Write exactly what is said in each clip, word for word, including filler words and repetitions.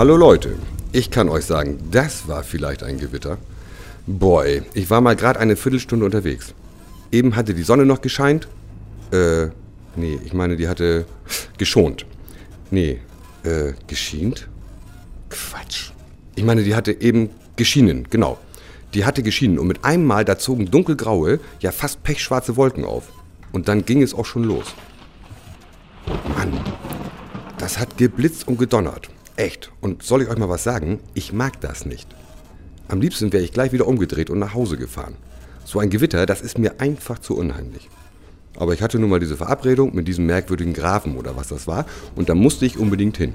Hallo Leute, ich kann euch sagen, das war vielleicht ein Gewitter. Boy, ich war mal gerade eine Viertelstunde unterwegs. Eben hatte die Sonne noch gescheint. Äh, nee, ich meine, die hatte geschont. Nee, äh, geschient? Quatsch. Ich meine, die hatte eben geschienen, genau. Die hatte geschienen und mit einem Mal, da zogen dunkelgraue, ja fast pechschwarze Wolken auf. Und dann ging es auch schon los. Mann, das hat geblitzt und gedonnert. Echt. Und soll ich euch mal was sagen? Ich mag das nicht. Am liebsten wäre ich gleich wieder umgedreht und nach Hause gefahren. So ein Gewitter, das ist mir einfach zu unheimlich. Aber ich hatte nun mal diese Verabredung mit diesem merkwürdigen Grafen oder was das war und da musste ich unbedingt hin.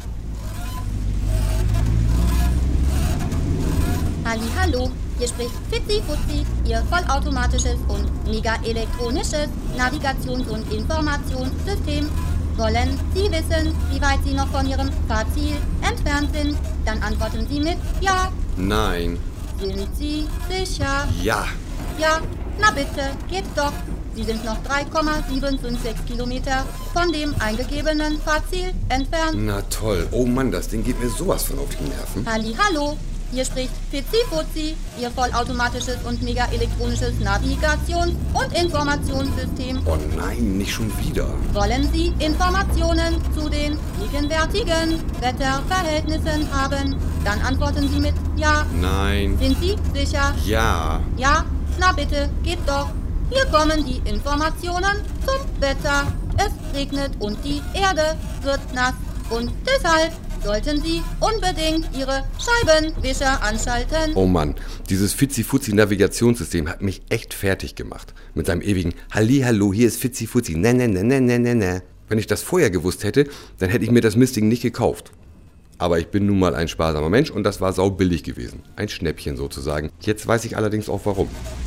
Hallo, hier spricht Fitzi Futzi, Ihr vollautomatisches und mega elektronisches Navigations- und Informationssystem. Wollen Sie wissen, wie weit Sie noch von Ihrem Fahrziel entfernt sind? Dann antworten Sie mit Ja. Nein. Sind Sie sicher? Ja. Ja, na bitte, geht doch. Sie sind noch drei Komma sieben fünf sechs Kilometer von dem eingegebenen Fahrziel entfernt. Na toll. Oh Mann, das Ding geht mir sowas von auf die Nerven. Hallihallo, hier spricht Fitzi Futzi, Ihr vollautomatisches und mega elektronisches Navigations- und Informationssystem. Oh nein, nicht schon wieder. Wollen Sie Informationen zu den gegenwärtigen Wetterverhältnissen haben? Dann antworten Sie mit Ja. Nein. Sind Sie sicher? Ja. Ja? Na bitte, geht doch. Hier kommen die Informationen zum Wetter. Es regnet und die Erde wird nass. Und deshalb sollten Sie unbedingt Ihre Scheibenwischer anschalten. Oh Mann, dieses Fitzi-Futzi-Navigationssystem hat mich echt fertig gemacht. Mit seinem ewigen Hallihallo, hier ist Fitzi-Futzi, ne, ne, ne, ne, ne, ne, ne. Wenn ich das vorher gewusst hätte, dann hätte ich mir das Mistding nicht gekauft. Aber ich bin nun mal ein sparsamer Mensch und das war saubillig gewesen. Ein Schnäppchen sozusagen. Jetzt weiß ich allerdings auch warum.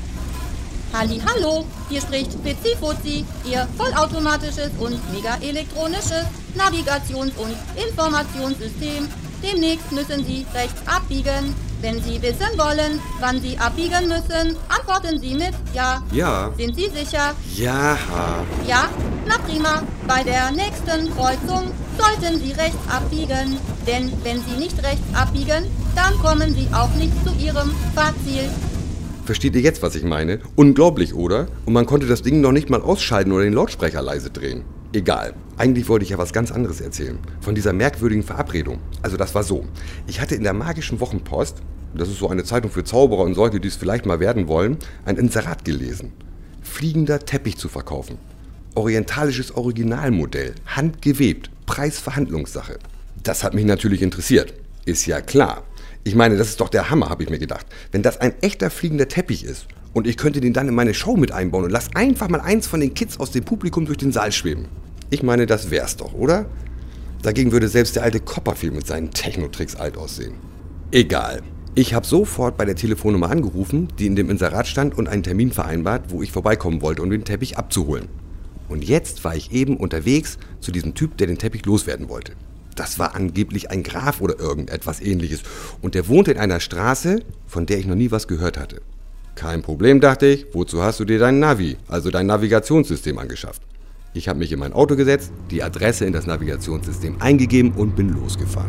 Hallihallo, hier spricht Fitzi Futzi, Ihr vollautomatisches und mega elektronisches Navigations- und Informationssystem. Demnächst müssen Sie rechts abbiegen. Wenn Sie wissen wollen, wann Sie abbiegen müssen, antworten Sie mit Ja. Ja. Sind Sie sicher? Ja. Ja? Na prima. Bei der nächsten Kreuzung sollten Sie rechts abbiegen. Denn wenn Sie nicht rechts abbiegen, dann kommen Sie auch nicht zu Ihrem Fahrziel. Versteht ihr jetzt, was ich meine? Unglaublich, oder? Und man konnte das Ding noch nicht mal ausschalten oder den Lautsprecher leise drehen. Egal. Eigentlich wollte ich ja was ganz anderes erzählen. Von dieser merkwürdigen Verabredung. Also das war so. Ich hatte in der magischen Wochenpost, das ist so eine Zeitung für Zauberer und solche, die es vielleicht mal werden wollen, ein Inserat gelesen. Fliegender Teppich zu verkaufen. Orientalisches Originalmodell. Handgewebt. Preisverhandlungssache. Das hat mich natürlich interessiert. Ist ja klar. Ich meine, das ist doch der Hammer, habe ich mir gedacht. Wenn das ein echter fliegender Teppich ist und ich könnte den dann in meine Show mit einbauen und lass einfach mal eins von den Kids aus dem Publikum durch den Saal schweben. Ich meine, das wär's doch, oder? Dagegen würde selbst der alte Copperfield mit seinen Technotricks alt aussehen. Egal. Ich habe sofort bei der Telefonnummer angerufen, die in dem Inserat stand und einen Termin vereinbart, wo ich vorbeikommen wollte, um den Teppich abzuholen. Und jetzt war ich eben unterwegs zu diesem Typ, der den Teppich loswerden wollte. Das war angeblich ein Graf oder irgendetwas ähnliches. Und der wohnte in einer Straße, von der ich noch nie was gehört hatte. Kein Problem, dachte ich. Wozu hast du dir dein Navi, also dein Navigationssystem angeschafft? Ich habe mich in mein Auto gesetzt, die Adresse in das Navigationssystem eingegeben und bin losgefahren.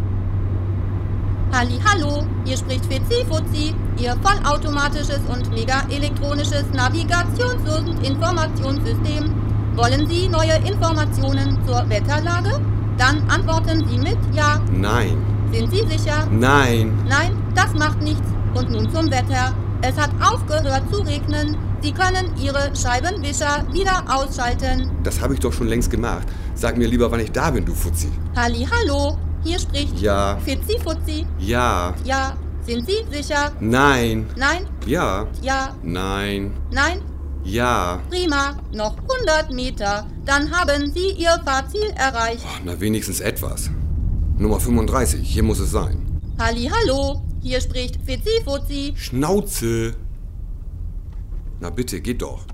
Hallihallo, hier spricht Fitzi Futzi, Ihr vollautomatisches und mega elektronisches Navigations- und Informationssystem. Wollen Sie neue Informationen zur Wetterlage? Dann antworten Sie mit Ja. Nein. Sind Sie sicher? Nein. Nein, das macht nichts. Und nun zum Wetter. Es hat aufgehört zu regnen. Sie können Ihre Scheibenwischer wieder ausschalten. Das habe ich doch schon längst gemacht. Sag mir lieber, wann ich da bin, du Futzi. Hallihallo, hier spricht Ja. Fitzi Futzi. Ja. Ja. Sind Sie sicher? Nein. Nein? Ja. Ja. Nein. Nein? Ja. Prima. Noch hundert Meter. Dann haben Sie Ihr Fahrziel erreicht. Oh, na, wenigstens etwas. Nummer fünfunddreißig, hier muss es sein. Hallihallo, hier spricht Fitzi Futzi. Schnauze! Na bitte, geht doch.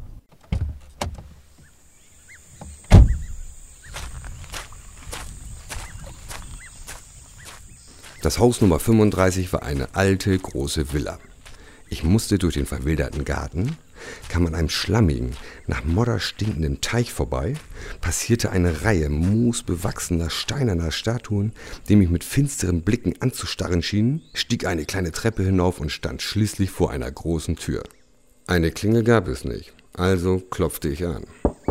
Das Haus Nummer fünfunddreißig war eine alte, große Villa. Ich musste durch den verwilderten Garten, kam an einem schlammigen, nach Modder stinkenden Teich vorbei, passierte eine Reihe moosbewachsener steinerner Statuen, die mich mit finsteren Blicken anzustarren schienen, stieg eine kleine Treppe hinauf und stand schließlich vor einer großen Tür. Eine Klingel gab es nicht, also klopfte ich an.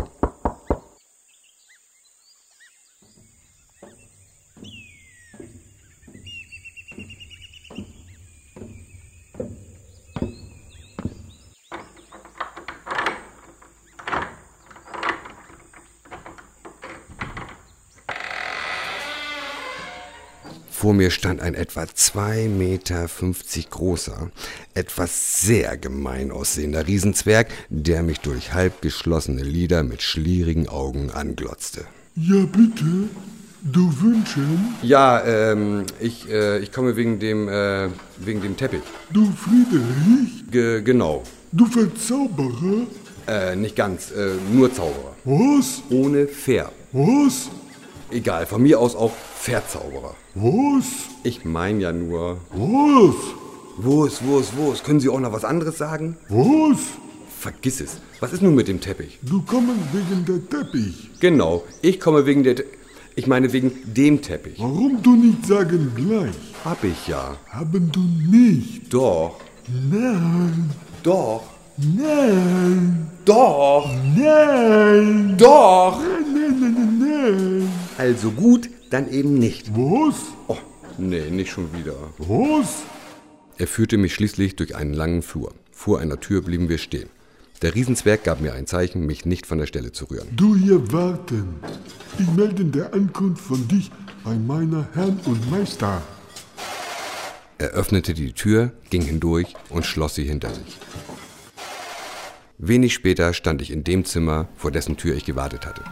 Vor mir stand ein etwa zwei Meter fünfzig großer, etwas sehr gemein aussehender Riesenzwerg, der mich durch halb geschlossene Lider mit schlierigen Augen anglotzte. Ja, bitte. Du Wünschen? Ja, ähm, ich, äh, ich komme wegen dem, äh, wegen dem Teppich. Du Friedrich? Ge- genau. Du Verzauberer? Äh, nicht ganz, äh, nur Zauberer. Was? Ohne Fair. Was? Egal, von mir aus auch Verzauberer. Was? Ich meine ja nur... Was? Wos, wos, wos? Können Sie auch noch was anderes sagen? Was? Vergiss es. Was ist nun mit dem Teppich? Du kommst wegen der Teppich. Genau, ich komme wegen der... Te- ich meine wegen dem Teppich. Warum du nicht sagen gleich? Hab ich ja. Haben du nicht. Doch. Nein. Doch. Nein. Doch. Nein. Doch. Nein, nein, nein, nein, nein. Also gut, dann eben nicht. Was? Oh, nee, nicht schon wieder. Was? Er führte mich schließlich durch einen langen Flur. Vor einer Tür blieben wir stehen. Der Riesenzwerg gab mir ein Zeichen, mich nicht von der Stelle zu rühren. Du hier warten. Ich melde der Ankunft von dich bei meiner Herrn und Meister. Er öffnete die Tür, ging hindurch und schloss sie hinter sich. Wenig später stand ich in dem Zimmer, vor dessen Tür ich gewartet hatte.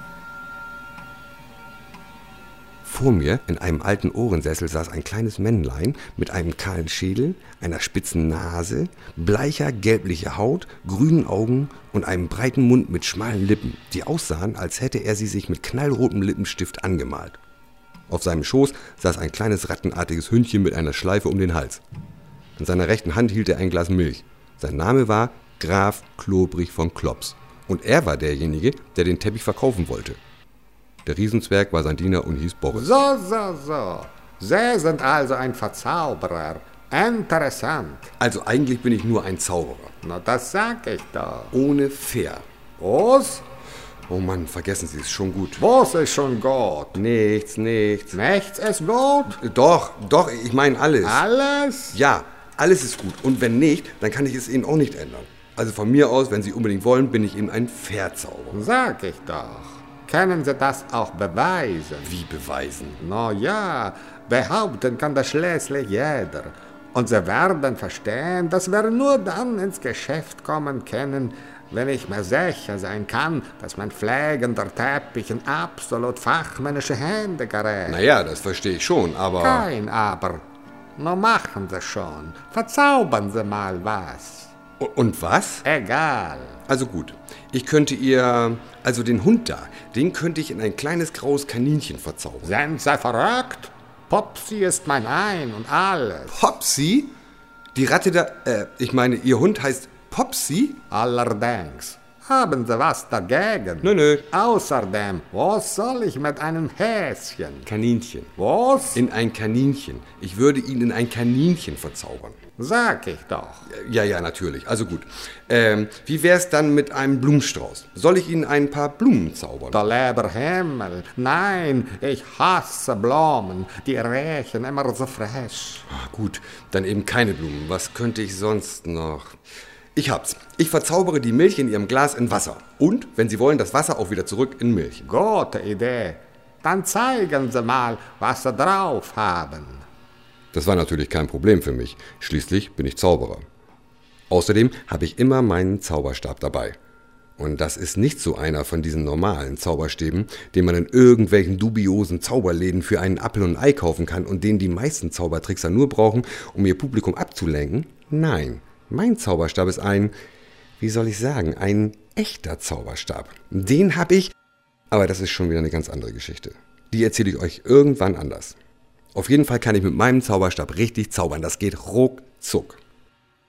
Vor mir in einem alten Ohrensessel saß ein kleines Männlein mit einem kahlen Schädel, einer spitzen Nase, bleicher, gelblicher Haut, grünen Augen und einem breiten Mund mit schmalen Lippen, die aussahen, als hätte er sie sich mit knallrotem Lippenstift angemalt. Auf seinem Schoß saß ein kleines rattenartiges Hündchen mit einer Schleife um den Hals. In seiner rechten Hand hielt er ein Glas Milch. Sein Name war Graf Klobrich von Klops. Und er war derjenige, der den Teppich verkaufen wollte. Der Riesenzwerg war sein Diener und hieß Boris. So, so, so. Sie sind also ein Verzauberer. Interessant. Also eigentlich bin ich nur ein Zauberer. Na, das sag ich doch. Ohne Fair. Was? Oh Mann, vergessen Sie es, schon gut. Was ist schon gut? Nichts, nichts. Nichts ist gut? Doch, doch, ich meine alles. Alles? Ja, alles ist gut. Und wenn nicht, dann kann ich es Ihnen auch nicht ändern. Also von mir aus, wenn Sie unbedingt wollen, bin ich eben ein Verzauberer. Sag ich doch. Können Sie das auch beweisen? Wie beweisen? Na ja, behaupten kann das schließlich jeder. Und Sie werden verstehen, dass wir nur dann ins Geschäft kommen können, wenn ich mir sicher sein kann, dass mein pflegender Teppich in absolut fachmännische Hände gerät. Naja, das verstehe ich schon, aber... Kein Aber. Na machen Sie schon. Verzaubern Sie mal was. Und was? Egal. Also gut, ich könnte ihr, also den Hund da, den könnte ich in ein kleines graues Kaninchen verzaubern. Sind Sie verrückt? Popsi ist mein Ein und alles. Popsi? Die Ratte da, äh, ich meine, Ihr Hund heißt Popsi? Allerdings. Haben Sie was dagegen? Nö, nö. Außerdem, was soll ich mit einem Häschen? Kaninchen. Was? In ein Kaninchen. Ich würde ihn in ein Kaninchen verzaubern. Sag ich doch. Ja, ja, natürlich. Also gut. Ähm, wie wär's dann mit einem Blumenstrauß? Soll ich Ihnen ein paar Blumen zaubern? Der lieber Himmel. Nein, ich hasse Blumen. Die riechen immer so frisch. Ah, gut, dann eben keine Blumen. Was könnte ich sonst noch? Ich hab's. Ich verzaubere die Milch in Ihrem Glas in Wasser. Und, wenn Sie wollen, das Wasser auch wieder zurück in Milch. Gute Idee. Dann zeigen Sie mal, was Sie drauf haben. Das war natürlich kein Problem für mich. Schließlich bin ich Zauberer. Außerdem habe ich immer meinen Zauberstab dabei. Und das ist nicht so einer von diesen normalen Zauberstäben, den man in irgendwelchen dubiosen Zauberläden für einen Apfel und ein Ei kaufen kann und den die meisten Zaubertrickser nur brauchen, um ihr Publikum abzulenken. Nein, mein Zauberstab ist ein, wie soll ich sagen, ein echter Zauberstab. Den habe ich, aber das ist schon wieder eine ganz andere Geschichte. Die erzähle ich euch irgendwann anders. Auf jeden Fall kann ich mit meinem Zauberstab richtig zaubern. Das geht ruckzuck.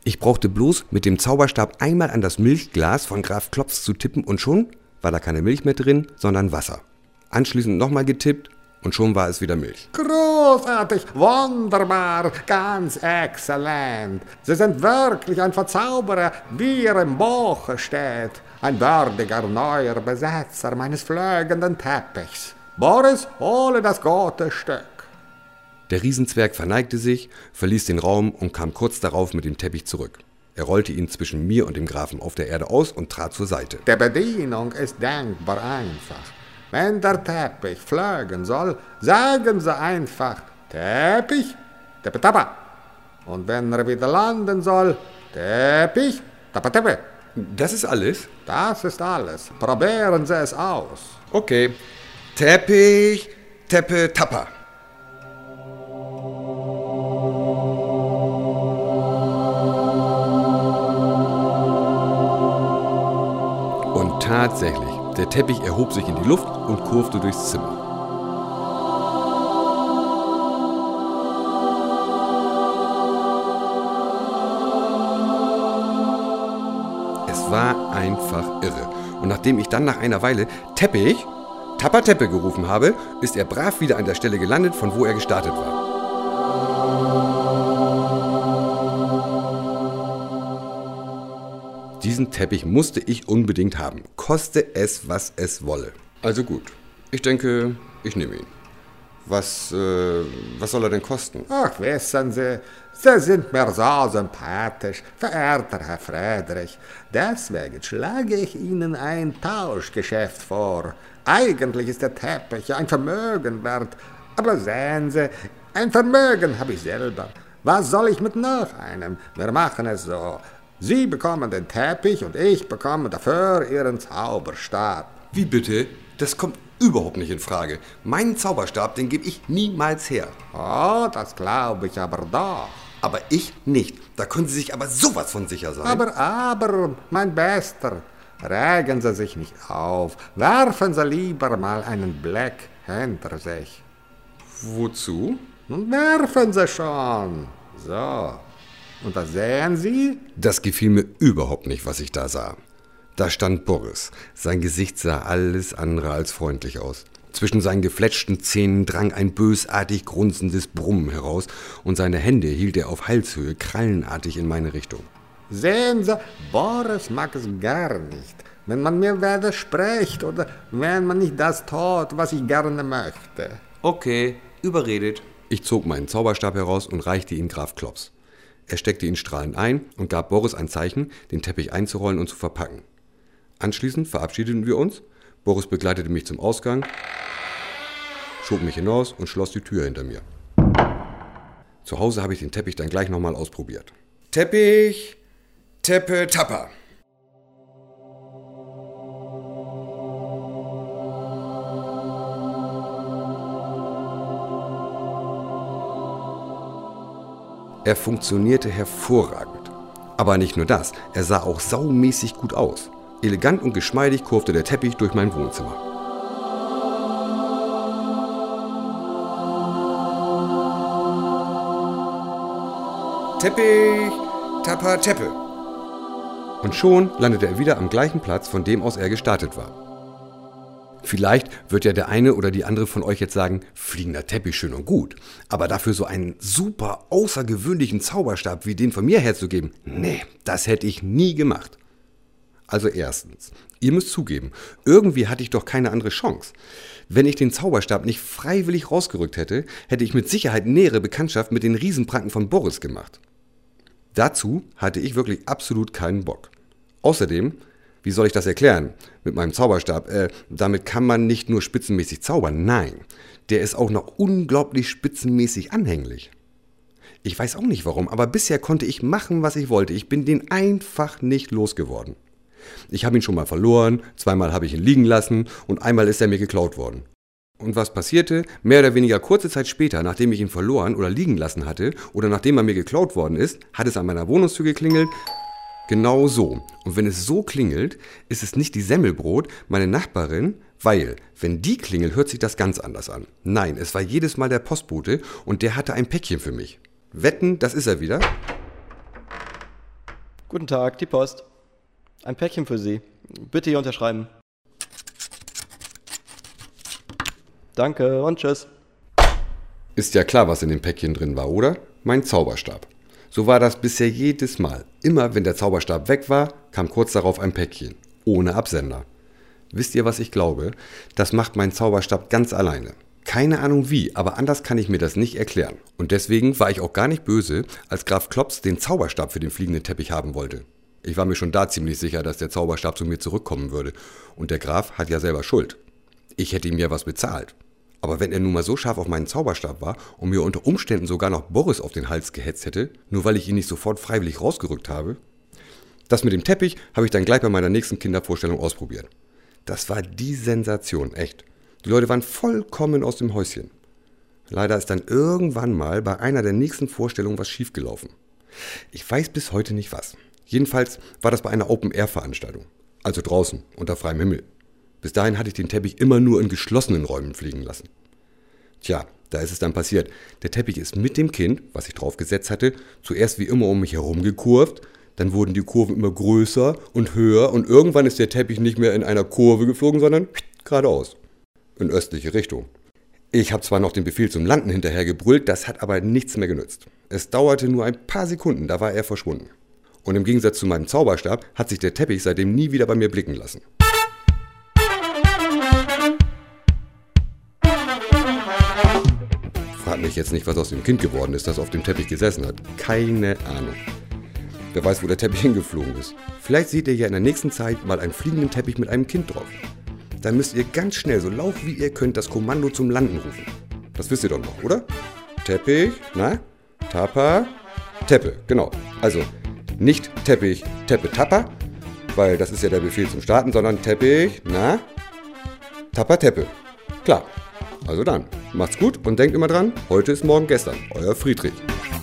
Ich brauchte bloß mit dem Zauberstab einmal an das Milchglas von Graf Klops zu tippen und schon war da keine Milch mehr drin, sondern Wasser. Anschließend nochmal getippt und schon war es wieder Milch. Großartig, wunderbar, ganz exzellent. Sie sind wirklich ein Verzauberer, wie er im Buche steht. Ein würdiger neuer Besetzer meines fliegenden Teppichs. Boris, hole das gute Stück. Der Riesenzwerg verneigte sich, verließ den Raum und kam kurz darauf mit dem Teppich zurück. Er rollte ihn zwischen mir und dem Grafen auf der Erde aus und trat zur Seite. Die Bedienung ist denkbar einfach. Wenn der Teppich fliegen soll, sagen Sie einfach Teppich, Teppe-Tappa. Und wenn er wieder landen soll, Teppich, Tappa-Teppe. Das ist alles? Das ist alles. Probieren Sie es aus. Okay. Teppich, Teppe, Tappa. Und tatsächlich, der Teppich erhob sich in die Luft und kurvte durchs Zimmer. Es war einfach irre. Und nachdem ich dann nach einer Weile Teppich, Tappa Teppe gerufen habe, ist er brav wieder an der Stelle gelandet, von wo er gestartet war. Diesen Teppich musste ich unbedingt haben, koste es, was es wolle. Also gut, ich denke, ich nehme ihn. Was, äh, was soll er denn kosten? Ach, wissen Sie, Sie sind mir so sympathisch, verehrter Herr Friedrich. Deswegen schlage ich Ihnen ein Tauschgeschäft vor. Eigentlich ist der Teppich ein Vermögen wert. Aber sehen Sie, ein Vermögen habe ich selber. Was soll ich mit noch einem? Wir machen es so. Sie bekommen den Teppich und ich bekomme dafür Ihren Zauberstab. Wie bitte? Das kommt überhaupt nicht in Frage. Meinen Zauberstab, den gebe ich niemals her. Oh, das glaube ich aber doch. Aber ich nicht. Da können Sie sich aber sowas von sicher sein. Aber, aber, mein Bester, regen Sie sich nicht auf. Werfen Sie lieber mal einen Blick hinter sich. Wozu? Nun werfen Sie schon. So. Und da sehen Sie? Das gefiel mir überhaupt nicht, was ich da sah. Da stand Boris. Sein Gesicht sah alles andere als freundlich aus. Zwischen seinen gefletschten Zähnen drang ein bösartig grunzendes Brummen heraus und seine Hände hielt er auf Halshöhe krallenartig in meine Richtung. Sehen Sie, Boris mag es gar nicht, wenn man mir widerspricht oder wenn man nicht das tut, was ich gerne möchte. Okay, überredet. Ich zog meinen Zauberstab heraus und reichte ihn Graf Klops. Er steckte ihn strahlend ein und gab Boris ein Zeichen, den Teppich einzurollen und zu verpacken. Anschließend verabschiedeten wir uns. Boris begleitete mich zum Ausgang, schob mich hinaus und schloss die Tür hinter mir. Zu Hause habe ich den Teppich dann gleich nochmal ausprobiert. Teppich, Teppe, Tappa. Er funktionierte hervorragend. Aber nicht nur das, er sah auch saumäßig gut aus. Elegant und geschmeidig kurvte der Teppich durch mein Wohnzimmer. Teppich, Tappa, Teppe. Und schon landete er wieder am gleichen Platz, von dem aus er gestartet war. Vielleicht wird ja der eine oder die andere von euch jetzt sagen, fliegender Teppich schön und gut, aber dafür so einen super außergewöhnlichen Zauberstab wie den von mir herzugeben, nee, das hätte ich nie gemacht. Also erstens, ihr müsst zugeben, irgendwie hatte ich doch keine andere Chance. Wenn ich den Zauberstab nicht freiwillig rausgerückt hätte, hätte ich mit Sicherheit nähere Bekanntschaft mit den Riesenpranken von Boris gemacht. Dazu hatte ich wirklich absolut keinen Bock. Außerdem, wie soll ich das erklären? Mit meinem Zauberstab, äh, damit kann man nicht nur spitzenmäßig zaubern, nein, der ist auch noch unglaublich spitzenmäßig anhänglich. Ich weiß auch nicht warum, aber bisher konnte ich machen, was ich wollte. Ich bin den einfach nicht losgeworden. Ich habe ihn schon mal verloren, zweimal habe ich ihn liegen lassen und einmal ist er mir geklaut worden. Und was passierte? Mehr oder weniger kurze Zeit später, nachdem ich ihn verloren oder liegen lassen hatte oder nachdem er mir geklaut worden ist, hat es an meiner Wohnungstür geklingelt. Genau so. Und wenn es so klingelt, ist es nicht die Semmelbrot, meine Nachbarin, weil, wenn die klingelt, hört sich das ganz anders an. Nein, es war jedes Mal der Postbote und der hatte ein Päckchen für mich. Wetten, das ist er wieder. Guten Tag, die Post. Ein Päckchen für Sie. Bitte hier unterschreiben. Danke und tschüss. Ist ja klar, was in dem Päckchen drin war, oder? Mein Zauberstab. So war das bisher jedes Mal. Immer wenn der Zauberstab weg war, kam kurz darauf ein Päckchen. Ohne Absender. Wisst ihr, was ich glaube? Das macht mein Zauberstab ganz alleine. Keine Ahnung wie, aber anders kann ich mir das nicht erklären. Und deswegen war ich auch gar nicht böse, als Graf Klops den Zauberstab für den fliegenden Teppich haben wollte. Ich war mir schon da ziemlich sicher, dass der Zauberstab zu mir zurückkommen würde. Und der Graf hat ja selber Schuld. Ich hätte ihm ja was bezahlt. Aber wenn er nun mal so scharf auf meinen Zauberstab war und mir unter Umständen sogar noch Boris auf den Hals gehetzt hätte, nur weil ich ihn nicht sofort freiwillig rausgerückt habe, das mit dem Teppich habe ich dann gleich bei meiner nächsten Kindervorstellung ausprobiert. Das war die Sensation, echt. Die Leute waren vollkommen aus dem Häuschen. Leider ist dann irgendwann mal bei einer der nächsten Vorstellungen was schiefgelaufen. Ich weiß bis heute nicht was. Jedenfalls war das bei einer Open-Air-Veranstaltung. Also draußen, unter freiem Himmel. Bis dahin hatte ich den Teppich immer nur in geschlossenen Räumen fliegen lassen. Tja, da ist es dann passiert. Der Teppich ist mit dem Kind, was ich draufgesetzt hatte, zuerst wie immer um mich herum gekurvt. Dann wurden die Kurven immer größer und höher und irgendwann ist der Teppich nicht mehr in einer Kurve geflogen, sondern geradeaus. In östliche Richtung. Ich habe zwar noch den Befehl zum Landen hinterher gebrüllt, das hat aber nichts mehr genützt. Es dauerte nur ein paar Sekunden, da war er verschwunden. Und im Gegensatz zu meinem Zauberstab hat sich der Teppich seitdem nie wieder bei mir blicken lassen. Frag mich jetzt nicht, was aus dem Kind geworden ist, das auf dem Teppich gesessen hat. Keine Ahnung. Wer weiß, wo der Teppich hingeflogen ist. Vielleicht seht ihr ja in der nächsten Zeit mal einen fliegenden Teppich mit einem Kind drauf. Dann müsst ihr ganz schnell, so laut wie ihr könnt, das Kommando zum Landen rufen. Das wisst ihr doch noch, oder? Teppich, na? Tapa, Teppe, genau. Also nicht Teppich, Teppe, Tappa, weil das ist ja der Befehl zum Starten, sondern Teppich, na? Tappa, Teppe. Klar. Also dann, macht's gut und denkt immer dran, heute ist morgen gestern. Euer Friedrich.